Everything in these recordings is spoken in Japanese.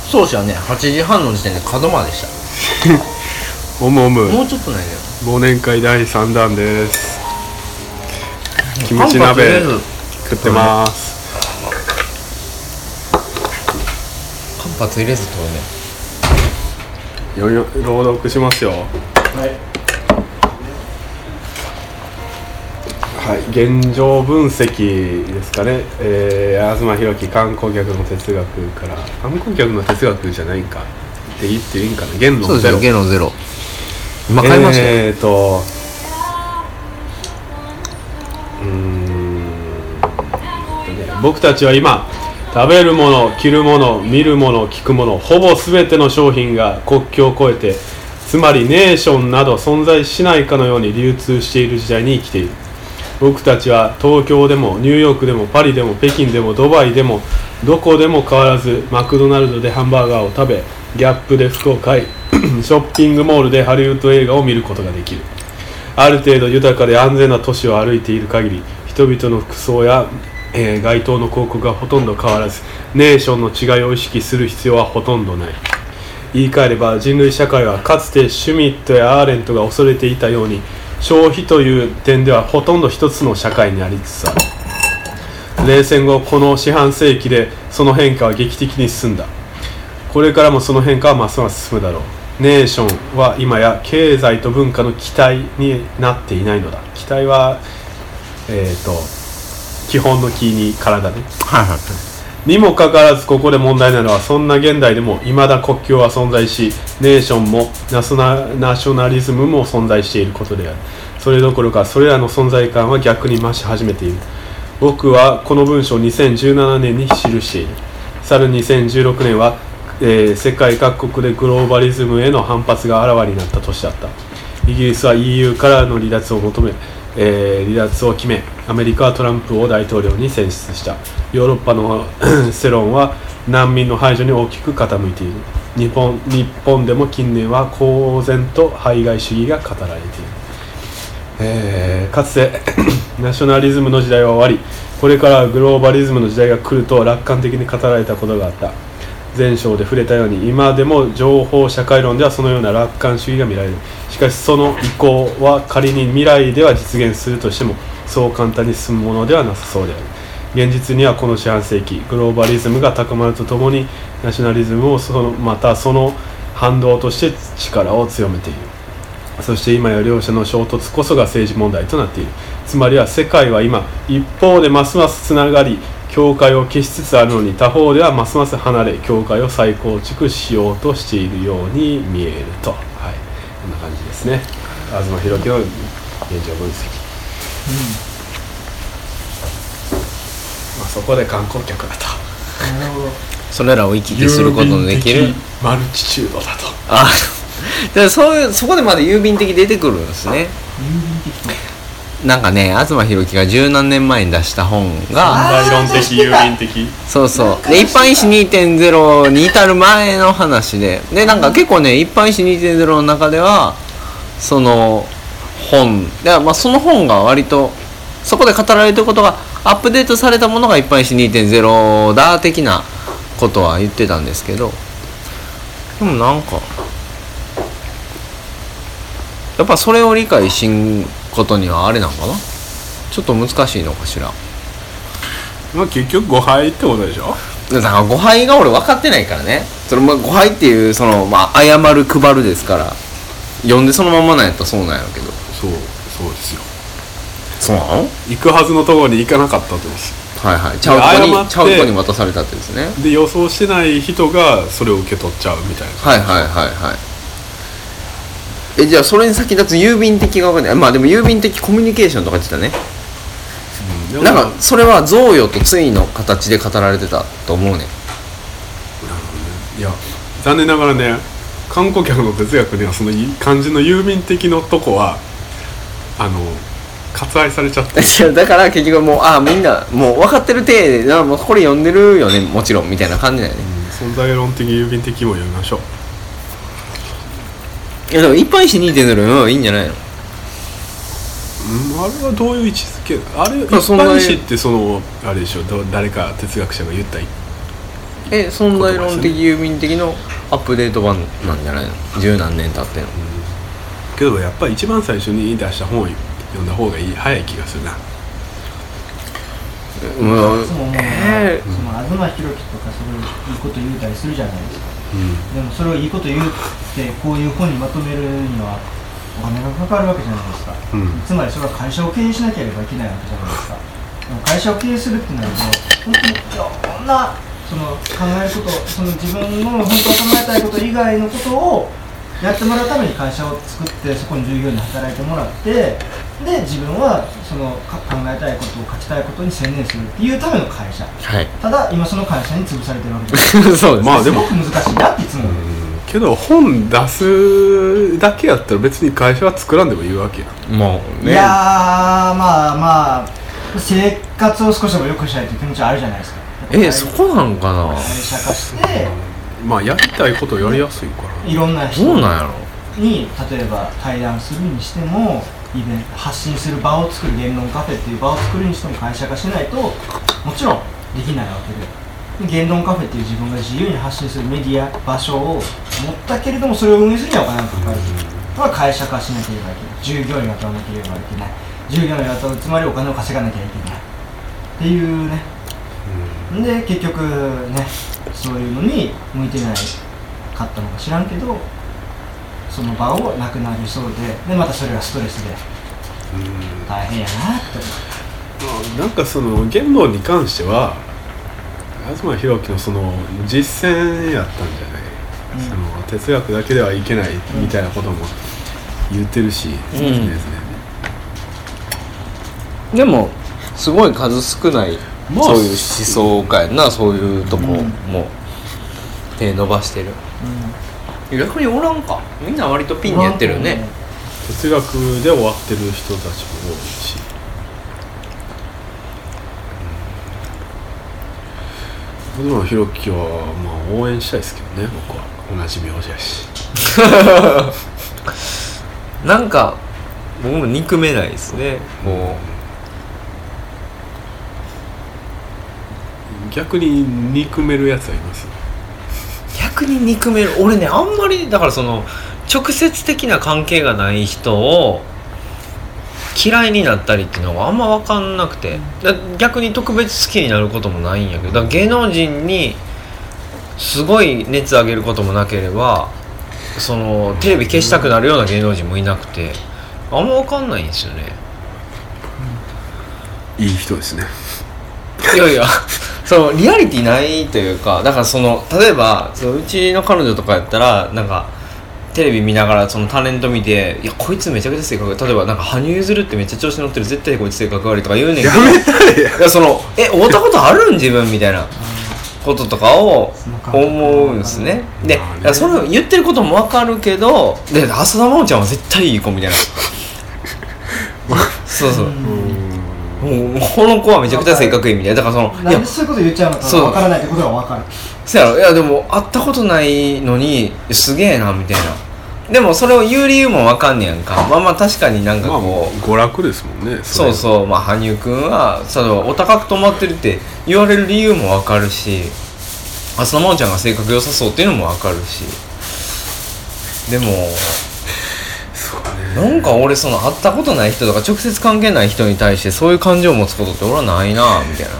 そうしはね、8時半の時点で角までした。 おむおむ、 もうちょっとないね。 忘年会第3弾です。キムチ鍋食ってます。 間髪入れずとね、朗読しますよ。はい、現状分析ですかね。東博樹観光客の哲学から、観光客の哲学じゃないんかって言っていいんかな。言のゼロ。 言のゼロ。今買いましたよ。 僕たちは今食べるもの、着るもの、見るもの、聞くもの、ほぼ全ての商品が国境を越えて、つまりネーションなど存在しないかのように流通している時代に生きている。僕たちは東京でもニューヨークでもパリでも北京でもドバイでもどこでも変わらずマクドナルドでハンバーガーを食べ、ギャップで服を買いショッピングモールでハリウッド映画を見ることができる。ある程度豊かで安全な都市を歩いている限り、人々の服装や街頭の広告がほとんど変わらず、ネーションの違いを意識する必要はほとんどない。言い換えれば、人類社会はかつてシュミットやアーレントが恐れていたように、消費という点ではほとんど一つの社会にありつつある。冷戦後、この四半世紀でその変化は劇的に進んだ。これからもその変化はますます進むだろう。ネーションは今や経済と文化の基体になっていないのだ。基体は基本のキーに体ね。にもかかわらず、ここで問題なのは、そんな現代でも未だ国境は存在し、ネーションもナショナリズムも存在していることである。それどころか、それらの存在感は逆に増し始めている。僕はこの文章を2017年に記している。去る2016年は、世界各国でグローバリズムへの反発があらわになった年だった。イギリスは EU からの離脱を求め、離脱を決め、アメリカはトランプを大統領に選出した。ヨーロッパの世論は難民の排除に大きく傾いている。日本でも近年は公然と排外主義が語られている。かつてナショナリズムの時代は終わり、これからグローバリズムの時代が来ると楽観的に語られたことがあった。前章で触れたように、今でも情報社会論ではそのような楽観主義が見られる。しかしその移行は仮に未来では実現するとしても、そう簡単に進むものではなさそうである。現実にはこの四半世紀、グローバリズムが高まるとともに、ナショナリズムをまたその反動として力を強めている。そして今や両者の衝突こそが政治問題となっている。つまりは世界は今、一方でますますつながり、境界を消しつつあるのに、他方ではますます離れ、境界を再構築しようとしているように見えると。はい、こんな感じですね。東博樹の現状分析。そこで観光客だと。 なるほど。それらを行き来することのできるマルチチュードだと。 あ、でそこでまで郵便的出てくるんですね。なんかね、東博樹が十何年前に出した本が理論的郵便的、 そうそうで、一般医師 2.0 に至る前の話で、なんか結構ね、一般医師 2.0 の中ではその本で、その本が割とそこで語られてることがアップデートされたものが一般医師 2.0 だ的なことは言ってたんですけど、でもなんかやっぱそれを理解しんことにはあれなんかな、ちょっと難しいのかしら。 結局誤配ってことでしょ。 だから誤配が俺分かってないからね。それ誤配っていうその謝る配るですから、読んでそのままなんやったらそうなんやけど。 そうですよ。 そうなの？ 行くはずのところに行かなかったとです。 はいはい。ちゃうとこに渡されたってですね。 で予想してない人がそれを受け取っちゃうみたいな。 はいはいはいはい。じゃあそれに先立つ郵便的が分かんない。でも郵便的コミュニケーションとか言ってたね。なんかそれは贈与と対の形で語られてたと思うね。なるほどね。 いや残念ながらね、観光客の哲学にはその漢字の郵便的のとこは割愛されちゃってだから結局もうみんなもう分かってる体でもうこれ読んでるよね、もちろんみたいな感じだよね。 存在論的郵便的も読みましょう。 いやでも一般医師 2.0 はいいんじゃないの？ あれはどういう位置づけ？あれ一般医師ってあれでしょ、誰か哲学者が言った位存在論的郵便的のアップデート版なんじゃないの？十何年経っての、 けどやっぱり一番最初に出した本を読んだ方がいい早い気がするな。 いつも思うのはその東博樹とかすごいいいこと言うたりするじゃないですか、でもそれをいいこと言うってこういう本にまとめるにはお金がかかるわけじゃないですか、つまりそれは会社を経営しなければいけないわけじゃないですか。でも会社を経営するってなると本当にいろんなその考えること、その自分の本当は考えたいこと以外のことをやってもらうために会社を作ってそこに従業員に働いてもらって、で自分はその考えたいことを書きたいことに専念するっていうための会社、 はい、 ただ今その会社に潰されてるわけですそうです、まあ、でもすごく難しいなっていつも思う。 けど本出すだけやったら別に会社は作らんでもいいわけやもうね。 いやまあ生活を少しでも良くしたいという気持ちはあるじゃないですか。 そこなんかな。 会社化してまあやりたいことやりやすいからいろんな人どうなんやろに例えば対談するにしてもイベント発信する場を作る言論カフェっていう場を作るにしても会社化しないともちろんできないわけで、言論カフェっていう自分が自由に発信するメディア場所を持ったけれどもそれを運営するにはお金がかかる、それは会社化しなければいけない、従業員を雇わなければいけない、従業員を雇うつまりお金を稼がなきゃいけないっていうね、で結局ねそういうのに向いてないかったのか知らんけどその場をなくなりそうでまたそれがストレスで大変やなってなんかその言論に関しては東博樹のその実践やったんじゃない、その哲学だけではいけないみたいなことも言ってるし、 でもすごい数少ない、そういう思想家やな、そういうとこも手伸ばしてる、逆におらんか、みんな割とピンにやってるよね。 哲学で終わってる人たちも多いし、東博樹はまあ応援したいですけどね、僕は同じ名字やしなんか僕も憎めないですね、もう逆に憎めるやつはいます？ 逆に憎める、俺ねあんまりだからその直接的な関係がない人を嫌いになったりっていうのがあんま分かんなくて、逆に特別好きになることもないんやけど、だから芸能人にすごい熱上げることもなければそのテレビ消したくなるような芸能人もいなくてあんま分かんないんですよね。 いい人ですね。 いやいやそのリアリティないというか、だからその例えばうちの彼女とかやったらなんかテレビ見ながらそのタレント見て、いやこいつめちゃくちゃ性格悪い、例えばなんか羽生結弦ってめっちゃ調子乗ってる、絶対こいつ性格悪いとか言うねんけど、 やめたれや。 いやその会ったことあるん自分みたいなこととかを思うんですね。でそれを言ってることも分かるけど、で浅田真央ちゃんは絶対いい子みたいなそうそう、もうこの子はめちゃくちゃ性格いいみたいな、だからそのなんでそういうこと言っちゃうのか分からないってことが分かる。 そうやろ、いやでも会ったことないのにすげえなみたいな、でもそれを言う理由も分かんねやんか。まあ確かになんかこう、 娯楽ですもんね。 そうそう、羽生くんはそのお高く止まってるって言われる理由も分かるし、浅田真央ちゃんが性格良さそうっていうのも分かるし、でもなんか俺その会ったことない人とか直接関係ない人に対してそういう感情を持つことって俺はないなみたいな。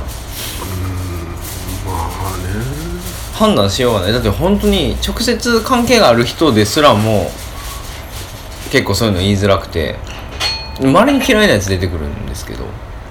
判断しようがない。だって本当に直接関係がある人ですらも結構そういうの言いづらくて、稀に嫌いなやつ出てくるんですけど、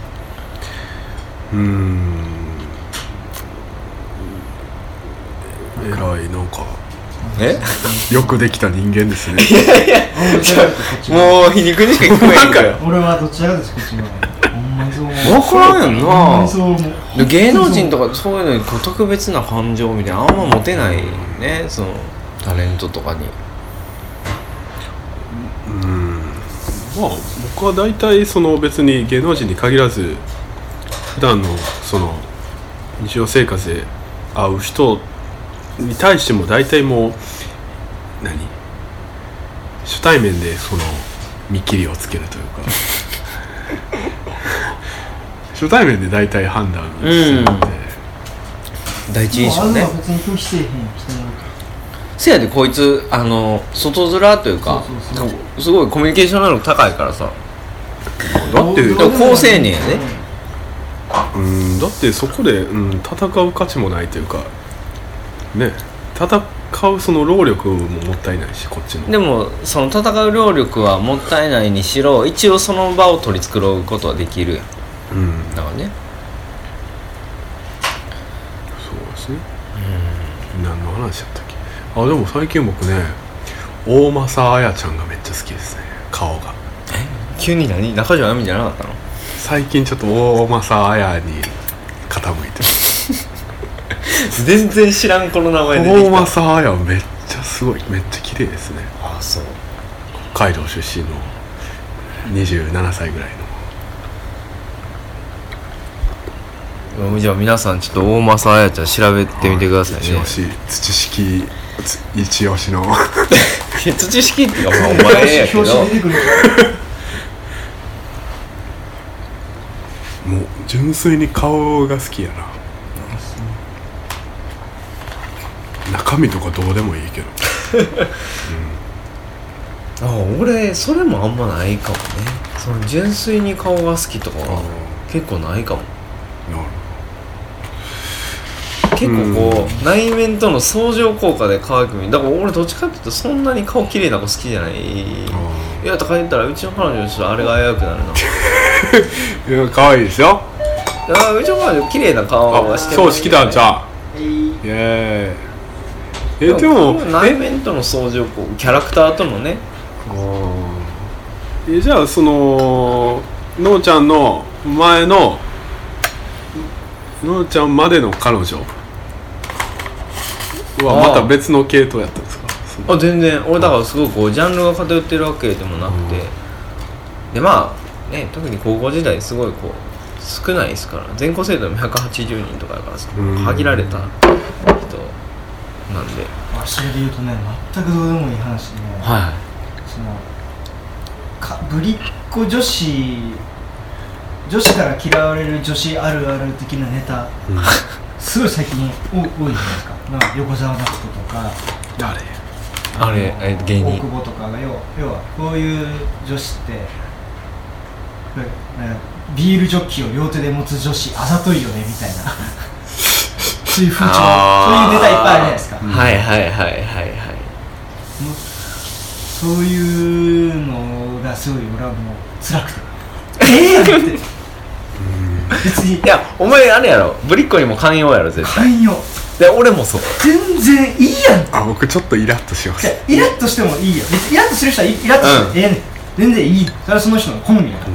偉い、なんかよくできた人間ですね。 いやいやもう皮肉にしか聞こえへんから俺はどちらかですこっちは分からんやんな。芸能人とかそういうのに特別な感情みたいなあんま持てないね、そのタレントとかに。 まあ僕は大体その別に芸能人に限らず普段のその日常生活で会う人に対しても大体もう初対面でその見切りをつけるというか初対面で大体判断するので、 第一印象ね。 あは別に拒否せえへん人もせやでこいつ外面というかそうすごいコミュニケーション能力高いからさ。 だってでも好青年やね。 だってそこで、戦う価値もないというかね、戦うその労力ももったいないし、こっちの。 でもその戦う労力はもったいないにしろ、一応その場を取り繕うことはできるやん。だからね。 そうですね。何の話やったっけ。でも最近僕ね、大政彩ちゃんがめっちゃ好きですね、顔が。 急に何、中条あやみじゃなかったの？ 最近ちょっと大政彩に傾いてる。 全然知らんこの名前で大政彩めっちゃすごい、めっちゃ綺麗ですね。 ああそう。 北海道出身の27歳ぐらいの。 じゃあ皆さんちょっと大政彩ちゃん調べてみてくださいね。 一押し土式一押しの土式っていうかまあお前やけど表紙出てくるもう純粋に顔が好きやな。中身とかどうでもいいけど俺それもあんまないかもね。その純粋に顔が好きとかは結構ないかも。結構こう、内面との相乗効果で可愛く見える。だから俺どっちかっていうとそんなに顔綺麗な子好きじゃない。いやとか言ったらうちの彼女にちょっとあれが危うくなるな。 いや可愛いですよ。 うちの彼女綺麗な顔はしてる。 そう好きだんちゃん。イエーイ。でも内面との相乗効果、キャラクターとのね。 じゃあそののーちゃんの前ののーちゃんまでの彼女はまた別の系統やったんですか？ 全然俺だからすごくこうジャンルが偏ってるわけでもなくて、でまあね、特に高校時代すごいこう少ないですから、全校生徒でも180人とかだからさ、限られた人なんで。 それで言うとね、全くどうでもいい話でね、 はい、 そのぶりっ子女子から嫌われる女子あるある的なネタ、すごい最近多いじゃないですか。なんか横澤夏子とか誰あれ芸人大久保とかが要はこういう女子ってビールジョッキを両手で持つ女子あざといよねみたいなそういう風潮、そういうネタいっぱいあるじゃないですか。 はいはいはいはいはい。 そういうのがすごい俺はもう辛くてやって別にいやお前あれやろ、ぶりっ子にも寛容やろ絶対。 寛容で俺もそう。 全然いいやん。 僕ちょっとイラッとします。 イラッとしてもいいよ。別にイラッとする人はイラッとしてねん、全然いい。それはその人の好みやから、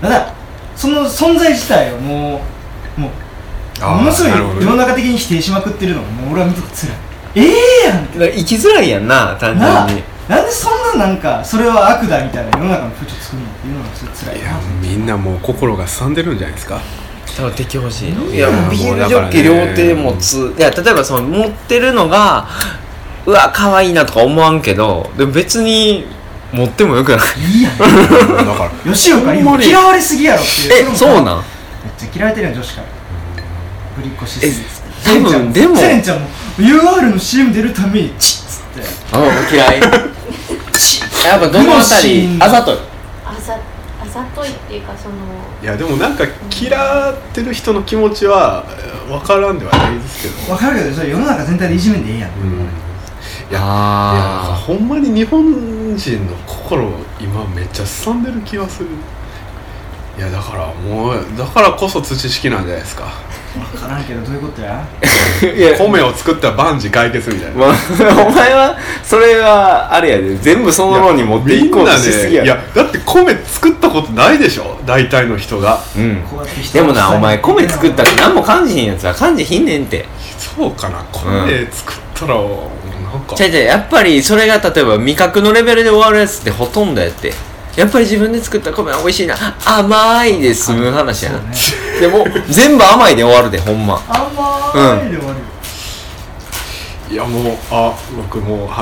ただその存在自体をもうものすごい世の中的に否定しまくってるのももう俺は見てて辛い。やんって生きづらいやんな、単純に。 なんでそんななんかそれは悪だみたいな世の中の風潮作るのっていうのがすごい辛い。 いやみんなもう心がすさんでるんじゃないですか。 多分敵欲しいの。いやもうビールジョッキ両手持つ、いや例えばその持ってるのがうわ可愛いなとか思わんけど、でも別に持ってもよくない。 いいやん。だから吉岡里帆嫌われすぎやろっていう。 そうなん。 めっちゃ嫌われてるやん女子から。ぶりっ子しすぎて。 多分でもセンちゃんも UR の CM 出るためにチッつって嫌い。やっぱどのあたりあざとい。 あざといっていうかその。 いやでもなんか嫌ってる人の気持ちは分からんではないですけど。 分かるけどそれ世の中全体でいじめんでいいやん。 いやほんまに日本人の心今めっちゃすさんでる気がする。いやだからこそ土式なんじゃないですか。 分からんけどどういうことや。 米を作ったら万事解決みたいな、 お前はそれはあれやで、全部そのままに持っていこうとしすぎや。 いやだって米作ったことないでしょ大体の人が。 でもなお前米作ったって何も感じひんやつは感じひんねんて。 そうかな、米作ったらなんかやっぱりそれが例えば味覚のレベルで終わるやつってほとんどやって、やっぱり自分で作った米は美味しいな、甘いで済む話やな、でも全部甘いで終わるでほんま。 甘いで終わる、 いやもう僕もう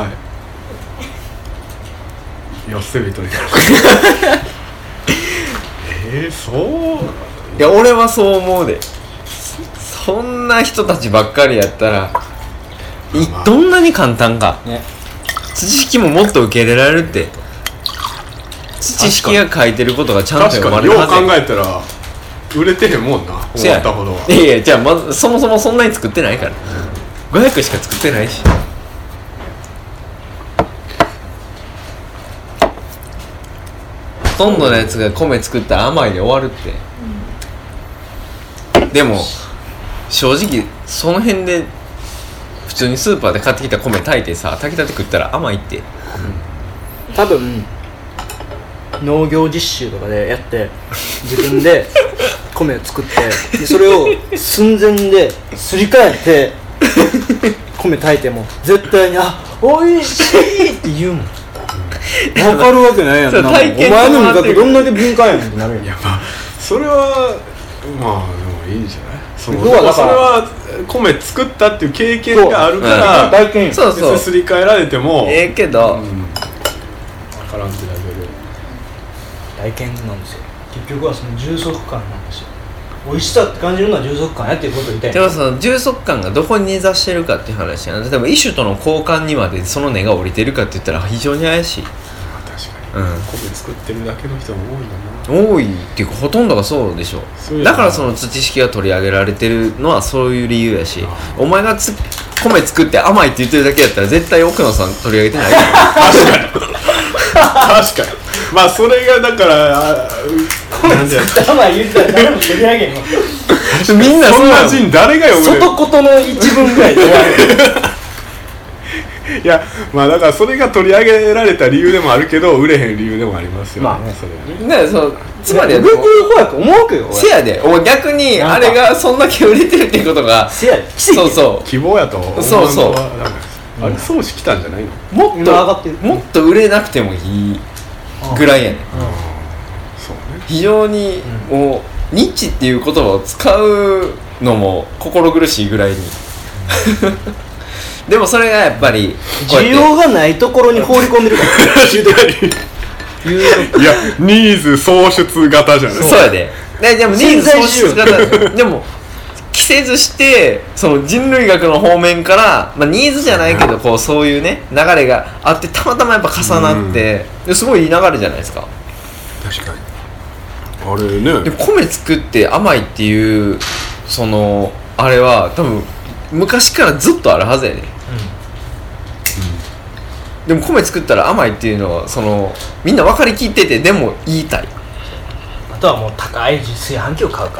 寄せ人にそういや俺はそう思うで。 そんな人たちばっかりやったらどんなに簡単か、 ね、 土式ももっと受け入れられるって。土式が書いてることがちゃんと読まれるはずや。 よう考えたら売れてへんもんな、思ったほどは。 いやじゃあまずそもそもそんなに作ってないから、500しか作ってないし。ほとんどのやつが米作ったら甘いで終わるって、でも正直その辺で普通にスーパーで買ってきた米炊いてさ、炊きたて食ったら甘いって、 多分農業実習とかでやって自分で米を作ってでそれを寸前ですり替えて米炊いても絶対においしいって言うもん。分かるわけないやんな。お前の味覚どんだけ敏感やねんってなるやん。 いやまあそれはまあでもいいんじゃない。それは米作ったっていう経験があるから体験。 そうそう、 すり替えられてもけど、 分からんってだけで体験なんですよ。結局はその充足感なんですよ。美味しさって感じるのは充足感やっていうことを言いたい。 でもその充足感がどこに根ざしてるかっていう話やな。例えば異種との交換にまでその根が降りてるかって言ったら非常に怪しい。 まあ確かに、米作ってるだけの人も多いんだな。 多いっていうかほとんどがそうでしょ。だからその土式が取り上げられてるのはそういう理由やし、お前が米作って甘いって言ってるだけやったら絶対奥野さん取り上げてないから確かにまあそれがだから米作って甘い言ってたら誰も取り上げんの。 みんなそんな人誰が読むねん。 外言の一文ぐらいで終わる。 いやまあだからそれが取り上げられた理由でもあるけど売れへん理由でもありますよね、 まあねそれはね。 ね、そうつまり売れてる方やと思うけどせやで、逆にあれがそんだけ売れてるっていうことがせやでそうそう希望やと思うのはそうそうあれ相思来たんじゃないの。 もっと今上がってる。 もっと売れなくてもいいぐらいやねん。 そうね。 非常にもうニッチっていう言葉を使うのも心苦しいぐらいにでもそれがやっぱり需要がないところに放り込んでるからいやニーズ創出型じゃない。 そうやで。でもニーズ創出型でも着せずしてその人類学の方面から、まあ、ニーズじゃないけどこうそういうね流れがあってたまたまやっぱ重なってですごいいい流れじゃないですか。 確かにあれね。 で米作って甘いっていうそのあれは多分昔からずっとあるはずやね、でも米作ったら甘いっていうのはそのみんな分かりきっててでも言いたい。 あとはもう高い炊飯器を買うか。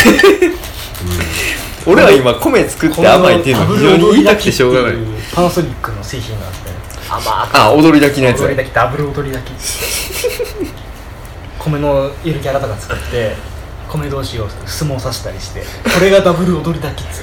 俺は今米作って甘いっていうの非常に言いたくてしょうがない。 パナソニックの製品があって甘く踊り炊きのやつ踊り炊きダブル踊り炊き米のゆるキャラとか作って米同士を相撲させたりしてこれがダブル踊り炊きっつ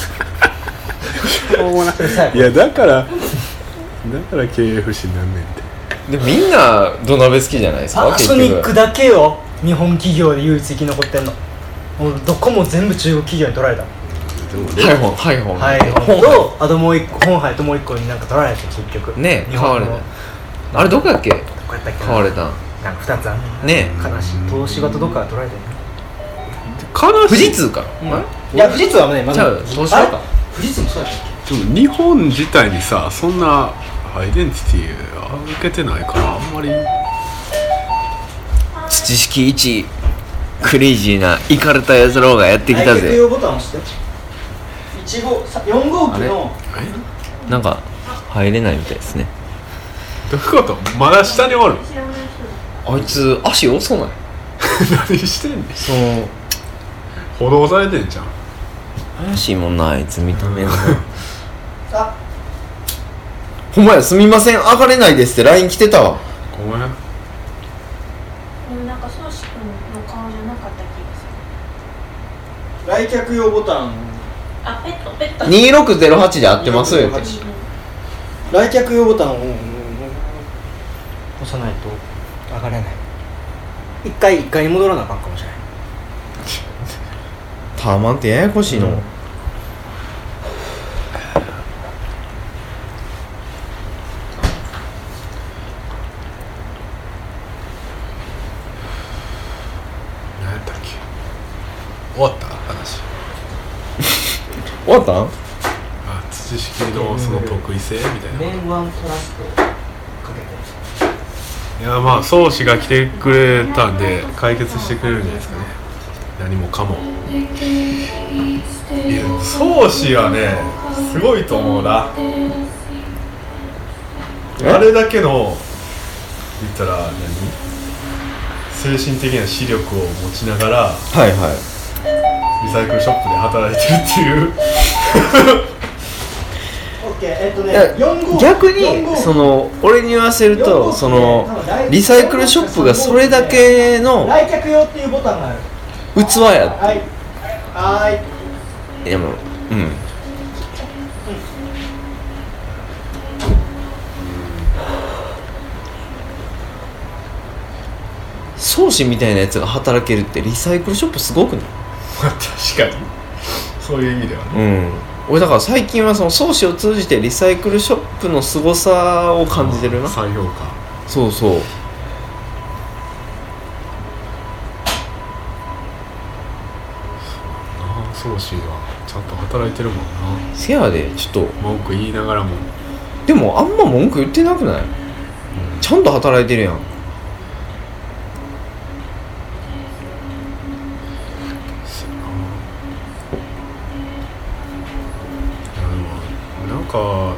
っていやだから経営不振なんねんて。 でもみんな土鍋好きじゃないですか。 パナソニックだけよ日本企業で唯一生き残ってんの。もうどこも全部中国企業に取られた。 ハイホンとあともう一個本杯ともう一個になんか取られて結局ねえ日本の買われた。あれどこやっけどこやったっけ買われたんなんか2つあんねえ悲しい東芝とどっかが取られてる富士通か、 いや富士通はねまじゃあ東芝か。 富士通もそうだっでも日本自体にさそんなアイデンティティ受けてないからあんまり。 土式1クレイジーなイカれたやつらがやってきたぜ。 用ボタン押して4号機のなんか入れないみたいですね。 どういうこと。まだ下におる。 知らない人だ。 あいつ足遅ない。 何してんねん。 その補導されてんじゃん。 怪しいもんなあいつ見た目のあほんまやすみません上がれないですって LINE 来てたわ。 ごめん。 でもなんか宗志君の顔じゃなかった気がする。 来客用ボタンあ、ペットペット。 2608で合ってますよ。 来客用ボタンを押さないと上がれない。一回に戻らなあかんかもしれない。 タワマンってややこしいの、 何やったっけ。終わった話。 終わったん？ 土式のその得意性みたいな。 メンワントラストをかけて。 いやまあ宗師が来てくれたんで解決してくれるんじゃないですかね、何もかも。いや宗師はねすごいと思うな。あれだけの言ったら精神的な視力を持ちながらはいはい。 リサイクルショップで働いてるっていう逆にその俺に言わせるとそのリサイクルショップがそれだけの来客用っていうボタンがある。 器やって。 はいはい。 でもうん宗師みたいなやつが働けるってリサイクルショップすごくない？ 確かにそういう意味ではね。 俺だから最近はその宗師を通じてリサイクルショップの凄さを感じてるな。 再評価。 そうそう。 宗師はちゃんと働いてるもんな。 せやでちょっと文句言いながらも。 でもあんま文句言ってなくない？ちゃんと働いてるやん。 なんか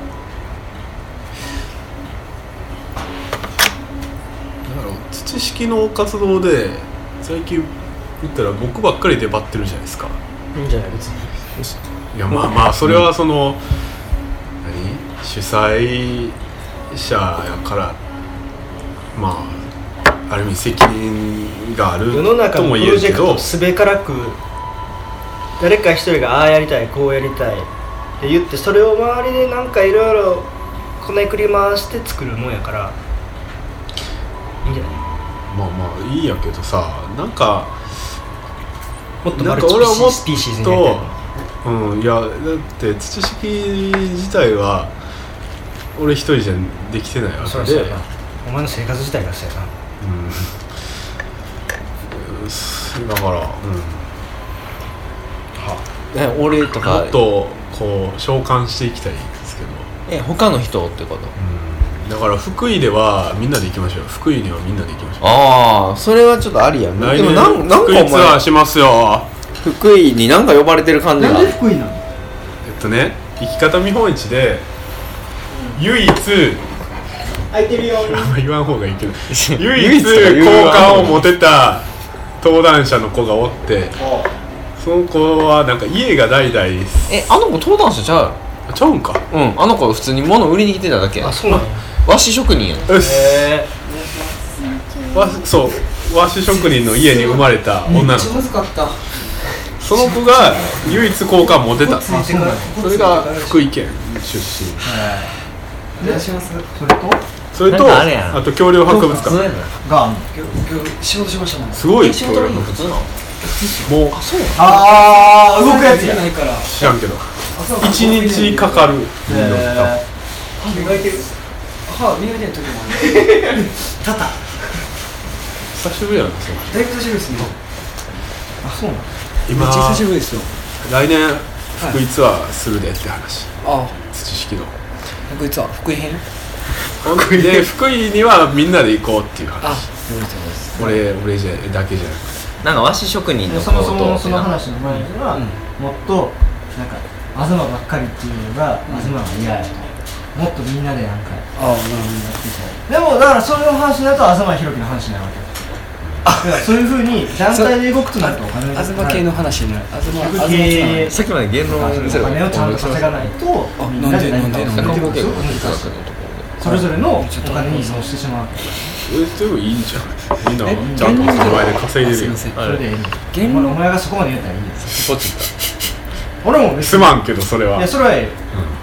土式の活動で最近言ったら僕ばっかり出張ってるじゃないですか。 いいんじゃない別に。 いやまあまあそれはその、主催者やからまあある意味責任がある世の中とのプも言えるけどロジェクトすべからく誰か一人がああやりたいこうやりたいって言ってそれを周りでなんかいろいろこねくり回して作るもんやからいいんじゃない？ まあまあいいやけどさ、なんかもっとマルチなんか俺はもっスピーシーズになりたいの。 いやだって土式自体は俺一人じゃできてないわけで、 そうやな。お前の生活自体がそうやな。 だから俺とかもっとこう召喚していきたいんですけど、 他の人ってこと？ だから福井ではみんなで行きましょう。福井にはみんなで行きましょう。 ああそれはちょっとありやん。 来でもなんかお福井ツアー前しますよ。 福井になんか呼ばれてる感じが。 なんで福井なの？ 生き方見本市で唯一空いてるよ。 あんま言わん方がいいけど唯唯一一とか言う好感を持てた登壇者の子がおって、その子はなんか家が代々 あの子登壇者ちゃう？ ちゃうんか。 あの子は普通に物売りに来てただけ。 あ、そうなの？ 和紙職人やん。 そう和紙職人の家に生まれた女のめっちゃ子、 難かった。 その子が唯一好感持てた。 ついてからそれが福井県出身。 お願いします。 それとなんかあれやんあと恐竜博物館が今日仕事しましたもん。 すごい仕事に普通なの？ もうああ動くやつや。 知らんけど1日かかる。 磨いてる。 歯磨いてる時もある。 たた。 久しぶりやな。それだいぶ久しぶりですね。 あ、そうなの。 今めっちゃ久しぶりですよ。 来年福井ツアーするでって話。 あ、 土式の福井ツアー福井編。 で福井にはみんなで行こうっていうあ、 話。 そうです俺じゃだけじゃなくてなんか和紙職人の子そもそもとその話の前には、もっとなんか東ばっかりっていうのが東が嫌やと。もっとみんなでなんかあ、なるでもだからそういう話になると東博樹の話になるわけ。だからそういう風に団体で動くとなるとお金が東系の話になる。東系さっきまで芸能お金をちゃんと稼がないとみんなで何かをするってことでしょ。それぞれのお金に依存してしまうわけ。 でもいいんじゃん。みんなちゃんとその前で稼いでるよ。 すいません。 それでいい言論お前がそこまで言ったらいいです俺も別にすまんけどそれは。 いやそれはえ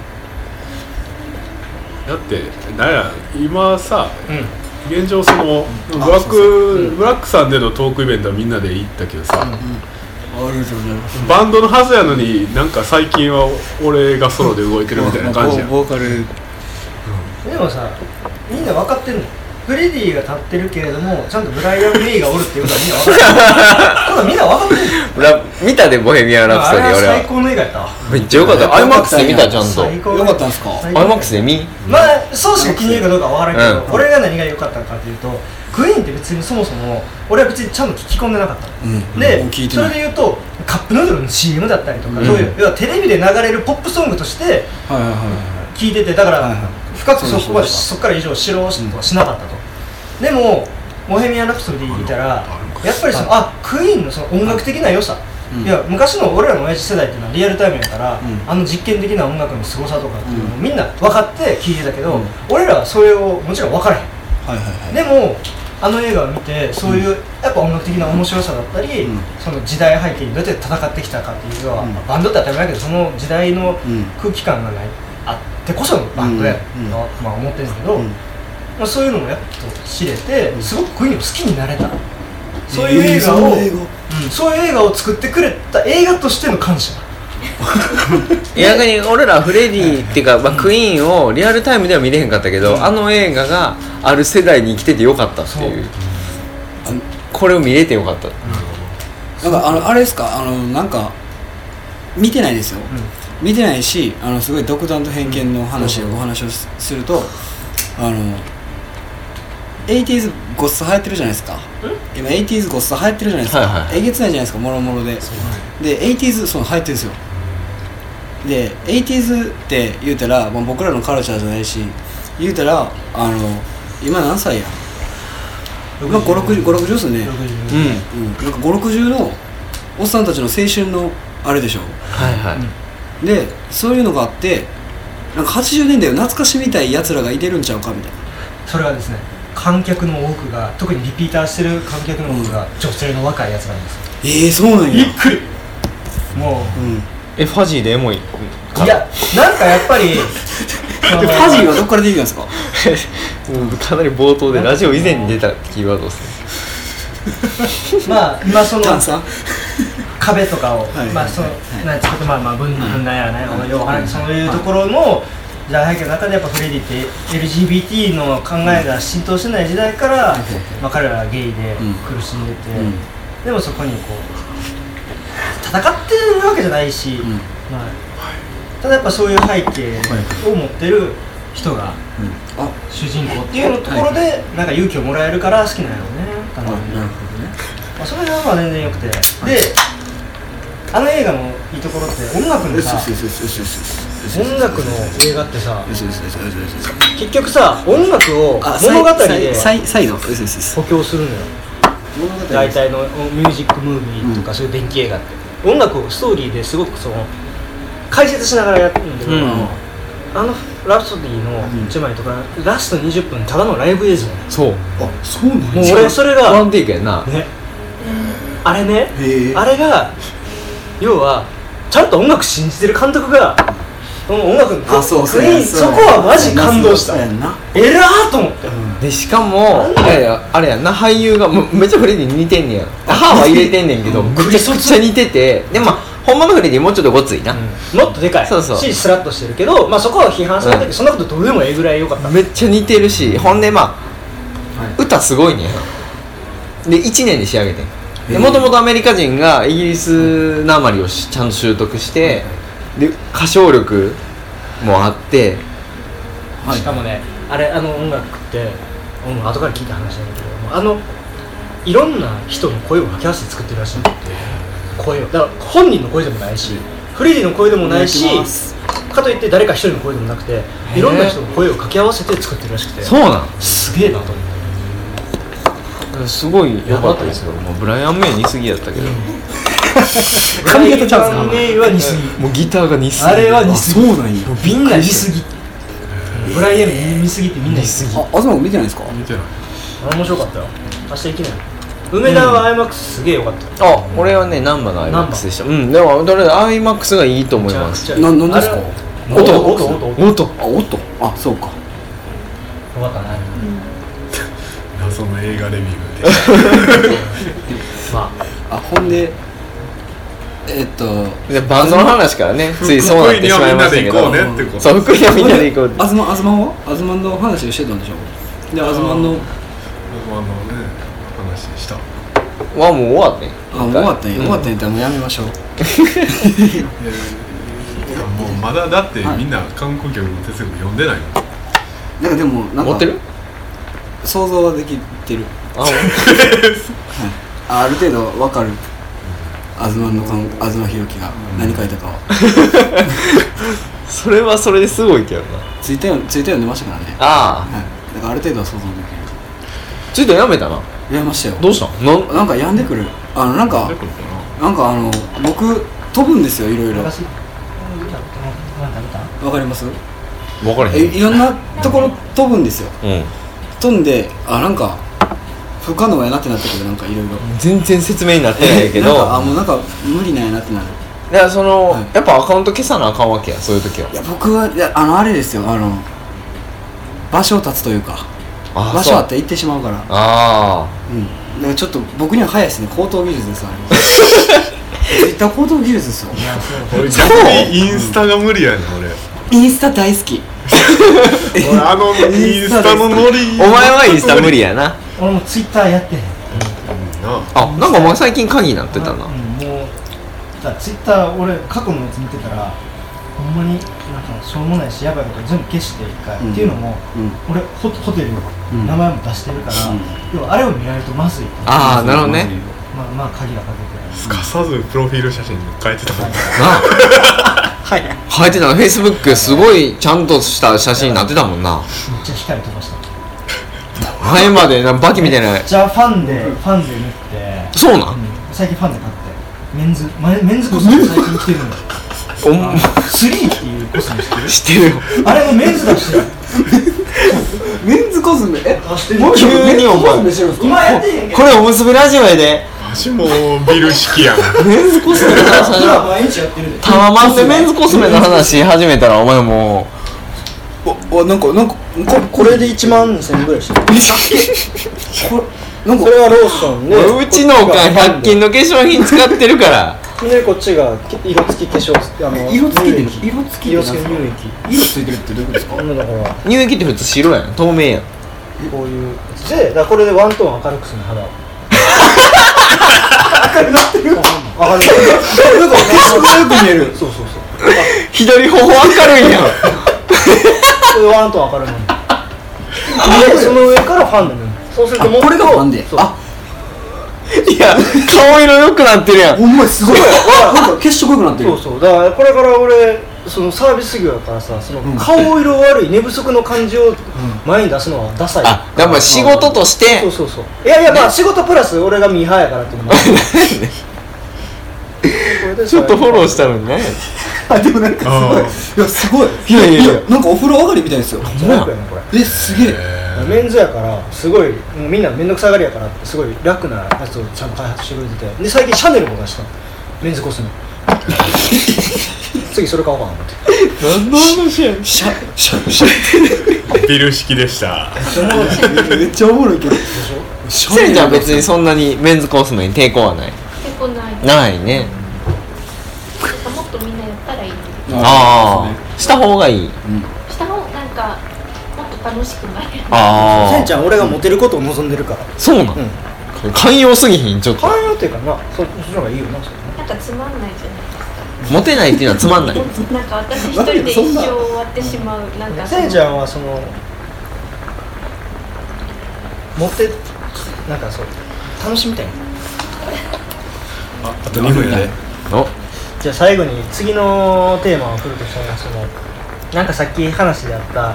だってなんや今さえよ現状そのブラックさんでのトークイベントはみんなで行ったけどさ、 ありがとうございます。 バンドのはずやのになんか最近は俺がソロで動いてるみたいな感じやん。 ボーカル。 でもさみんな分かってるのフレディが立ってるけれどもちゃんとブライアン・メイがおるっていうことはみんな分かってる見たでボヘミアン・ラプソディ。俺は最高の映画やったわ。 めっちゃ良かった。アイマックスで見たちゃんと。 最高よかったんすか。 アイマックスで見。 まあそうしか気に入るかどうかは分からんけど、 うん俺が何が良かったかというとクイーンって別にそもそも俺は別にちゃんと聞き込んでなかったの、でそれで言うとカップヌードルの CM だったりとか、そういう要はテレビで流れるポップソングとして聞いてて、だから深くそこから以上知ろうとはしなかったと。でもボヘミアン・ラプソディ見たらやっぱりクイーンのその音楽的な良さ、いや昔の俺らの親父世代っていうのはリアルタイムやから、あの実験的な音楽の凄さとかっていうのをみんな分かって聴いてたけど、俺らはそれをもちろん分からへん、でもあの映画を見てそういうやっぱ音楽的な面白さだったり、その時代背景にどうやって戦ってきたかっていうのは、バンドって当たり前だけどその時代の空気感があってこそのバンドやとまあ思ってるんだけど、まあ、そういうのもやっと知れてすごくクイーンを好きになれた、そういう映画を、そういう映画を作ってくれた映画としての感謝。 逆に俺らフレディっていうか、クイーンをリアルタイムでは見れへんかったけど、あの映画がある世代に生きててよかったっていう、これを見れてよかった、 なんかあれですか、なんか見てないですよ、見てないし、すごい独断と偏見の話をお話をすると、80s ごっそ流行ってるじゃないですか。今 80s ごっそ流行ってるじゃないですか、えげつないじゃないですか、もろもろで。で 80s そう流行ってるんですよ。で 80s って言うたら、まあ、僕らのカルチャーじゃないし、言うたら今何歳や、今560ですね。なんか560のおっさんたちの青春のあれでしょ。でそういうのがあって、なんか80年代を懐かしみたいやつらがいてるんちゃうかみたいな。 それはですね、観客の多くが、特にリピーターしてる観客の多くが女性の若いやつなんですよ。 そうなんや。 びっくり。もう、 ファジーでエモい。 いや、なんかやっぱりファジーはどっから出てきたんですか。 かなり冒頭でラジオ以前に出たキーワードですね。 まあ今そのダンサー壁とかを、まあそのなんつうこと、まあ分断やらね、要はそういうところの時代背景の中でやっぱフレディって LGBT の考えが浸透してない時代から、まあ彼らはゲイで苦しんでて、でもそこにこう戦ってるわけじゃないし、まあただやっぱそういう背景を持ってる人が主人公っていうところでなんか勇気をもらえるから好きなのね。なるほどね。まあそれがまあ全然良くて、であの映画のいいところって音楽のさ、音楽の映画ってさ、結局さ音楽を物語で補強するのよ。大体のミュージックムービーとかそういう電気映画って音楽をストーリーですごくその解説しながらやってるんだけど、あのラプソディの1枚とかラスト20分ただのライブ映像。 そう。 そうなんもう俺それがワンテイクやな。 ね、あれね、あれが要はちゃんと音楽信じてる監督が音楽のそこはマジ感動した。えらーと思って。 でしかもあれやな、俳優がめっちゃフレディに似てんねや。歯は入れてんねんけどめちゃくちゃ似てて、でもほんまのフレディもうちょっとごついな、もっとでかいしスラッとしてるけど、まあそこは批判されたけど、そんなことどうでもええぐらい良かった。 めっちゃ似てるし、ほんでまあ歌すごいねんで1年で仕上げてん。もともとアメリカ人がイギリスなまりをちゃんと習得して、で歌唱力もあって、 しかもね、あの音楽って後から聞いた話なんだけど、いろんな人の声を掛け合わせて作ってるらしいんだって。声をだから本人の声でもないし、フレディの声でもないし、かといって誰か一人の声でもなくて、いろんな人の声を掛け合わせて作ってるらしくて、 そうなんすげえなと思って。 すごい良かったですよ。もうブライアン・メイ似すぎやったけど、 髪型ちゃうんですか。ブライアン・メイは似すぎ、 もうギターが似すぎ、 あれは似すぎ、 そうなんや、 みんな似すぎ、ブライアン・メイ似すぎってみんな似すぎ。 東も見てないですか。 見てない。 面白かったよ。明日行きなよ。梅田は IMAX すげえ良かった。 俺はね難波の IMAX でした。でもとりあえず IMAX がいいと思います。 なんですか。 音、 そうか。 よかったね。 謎の映画レビューでまあ、ほんでバンドの話からね、ついそうなってしまいましたけど、そう、福井はみんなで行こう。 東の話をしてたんでしょ。 でアズマンのね話した。 はもう終わってん。 もう終わったんや、終わったんやったらもうやめましょう。 いやもうまだだってみんな観光客の哲学読んでないの。 なんかでもなんか持ってる？ 想像はできてる。 あ、 ある程度わかる。東博樹が何書いたかは。 それはそれですごいけどな。 ツイッター読んでましたからね。 ああ、 はい。だからある程度は想像できる。 ちょっとやめたな。 やめましたよ。 どうしたの？ なんか病んでくる。なんか僕飛ぶんですよ、いろいろ。わかります？ 分からへん。 いろんなところ飛ぶんですよ。 うん。 飛んでなんか不可能やなってなってくる、なんかいろいろ。 全然説明になってないけど。 なんかもうなんか無理なんやなってなる。 いやその、 はいやっぱアカウント消さなあかんわけや、そういう時は。 いや僕はあれですよ、場所を立つというか、 あ場所あって行ってしまうから。 あだからちょっと僕には早いですね。高等技術です。ツイッター高等技術ですよ。 俺逆にインスタが無理やねん俺。 インスタ大好き。 俺インスタのノリ。 お前はインスタ無理やな。 俺もツイッターやってへん。 あ、なんかお前最近鍵になってたな。 もうツイッター俺過去のやつ見てたらほんまになんかしょうもないしやばいこと全部消して一回、っていうのも、俺ホテルの名前も出してるから、要はあれを見られるとまずい。 ああ、なるほどね。 まあ鍵がかけてる。 すかさずプロフィール写真に変えてたもん。 はい。 書いてたの、フェイスブックすごいちゃんとした写真になってたもんな。 めっちゃ光飛ばした。 前までバキみたいな。 じゃあファンで塗って。 そうなん？ 最近ファンで買って。メンズコスメ最近着てるの。3っていうコスメ知ってる？ 知ってるよ。 あれのメンズ出してる。 メンズコスメ？ 出してる。 急にお前今やってへんけど。 これおむすびラジオやで。 足もビル式やん。 メンズコスメの話今毎日やってるで。 タワマンでメンズコスメの話始めたらお前もなんかこれで1万2000円ぐらいしてる。 なんかそれはローションで、 うちのおかん100均の化粧品使ってるから。 でこっちが色付き化粧色付きって乳液色ついてるってどういうことですか？ だから乳液って普通白やん、透明やん。 こういうで、だからこれでワントーン明るくするの肌を。明るくなってる。明るくなんか血色がよく見える。そう左頬明るいやん。 これワントーン明るいのに。でその上からファンで塗る。そうするともっとこれがファンで。 いや、顔色良くなってるやん。 ほんまにすごい。なんか血色良くなってる。 そうだからこれから俺そのサービス業だからさ、その顔色悪い寝不足の感じを前に出すのはダサい。 あ、やっぱ仕事として。 そういやまあ仕事プラス俺がミーハーやからっていうのもある。 ちょっとフォローしたのにね。 でもなんかすごい。いやなんかお風呂上がりみたいですよ。 これすげえ。 メンズやからすごいもうみんなめんどくさがりやからってすごい楽なやつをちゃんと開発してくれてて、で最近シャネルも出したメンズコスメ。次それ買おうかなと思って。 何の話やん。 ビル式でした。 めっちゃおもろいけど。 せいちゃん別にそんなにメンズコスメに抵抗はない。 結構ない。 ないね。 もっとみんなやったらいい。 ああ、した方がいい。 した方なんかもっと楽しくなる。 あせんちゃん俺がモテることを望んでるから。 そうなん。寛容すぎひん、ちょっと。 寛容っていうかな、そっちの方がいいよな。 なんかつまんないじゃないですか。 モテないっていうのはつまんない。 なんか私一人で一生終わってしまう。なんかせんちゃんはそのモテなんかそう楽しみたいな。 あと2分やで。 じゃあ最後に次のテーマを振るとしたら、そのなんかさっき話であった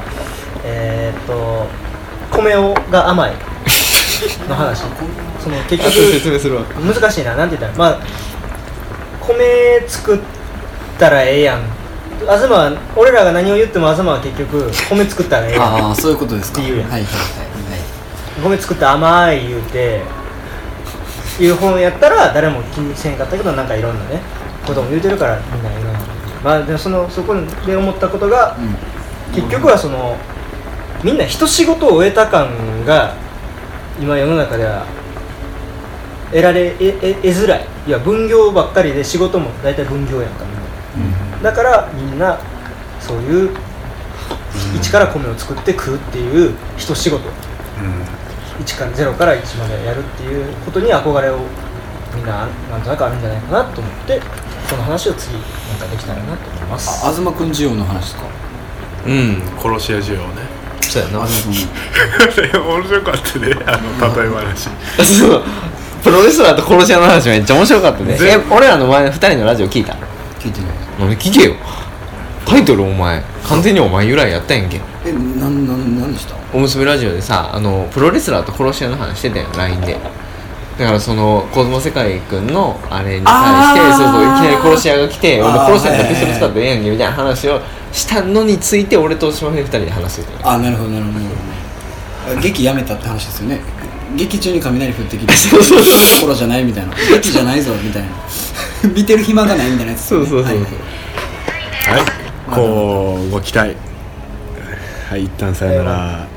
米が甘いの話。その結局説明するわ。 難しいな、なんて言ったら、まあ米作ったらええやん。東は俺らが何を言っても東は結局米作ったらええやん。 ああ、そういうことですか。 っていうやん。 はい。 米作って甘い言うていう本やったら誰も気にせんかったけど、なんかいろんなねことも言うてるからみんないろんな。まあでもそこで思ったことが、結局はそのみんな一仕事を終えた感が今世の中では得づらい。いや分業ばっかりで仕事も大体分業やんかみんな、だからみんなそういう一から米を作って食うっていう一仕事 1から0から1までやるっていうことに憧れをみんななんとなくあるんじゃないかなと思って、その話を次なんかできたらなと思います。 東くん需要の話ですか。 殺し屋需要ね。 そうやな。 面白かったね、例え話。 そうプロレスラーと殺し屋の話めっちゃ面白かったね。俺らの前の2人のラジオ聞いた？ 聞いてない。 なんで聞けよ。タイトルお前完全にお前由来やったんやんけ。 何でした？ おむすびラジオでさ、プロレスラーと殺し屋の話してたよ LINE で。だからその小妻世界君のあれに対してそういきなり殺し屋が来て、俺殺し屋だってピストル使ってええやんけみたいな話をしたのについて、俺と島平2人で話してたよ。 なるほどなるほど。劇やめたって話ですよね。劇中に雷降ってきてところじゃないみたいな、劇じゃないぞみたいな見てる暇がないみたいなやつですよね。 そうはい、 こうご期待。はい、一旦さよなら。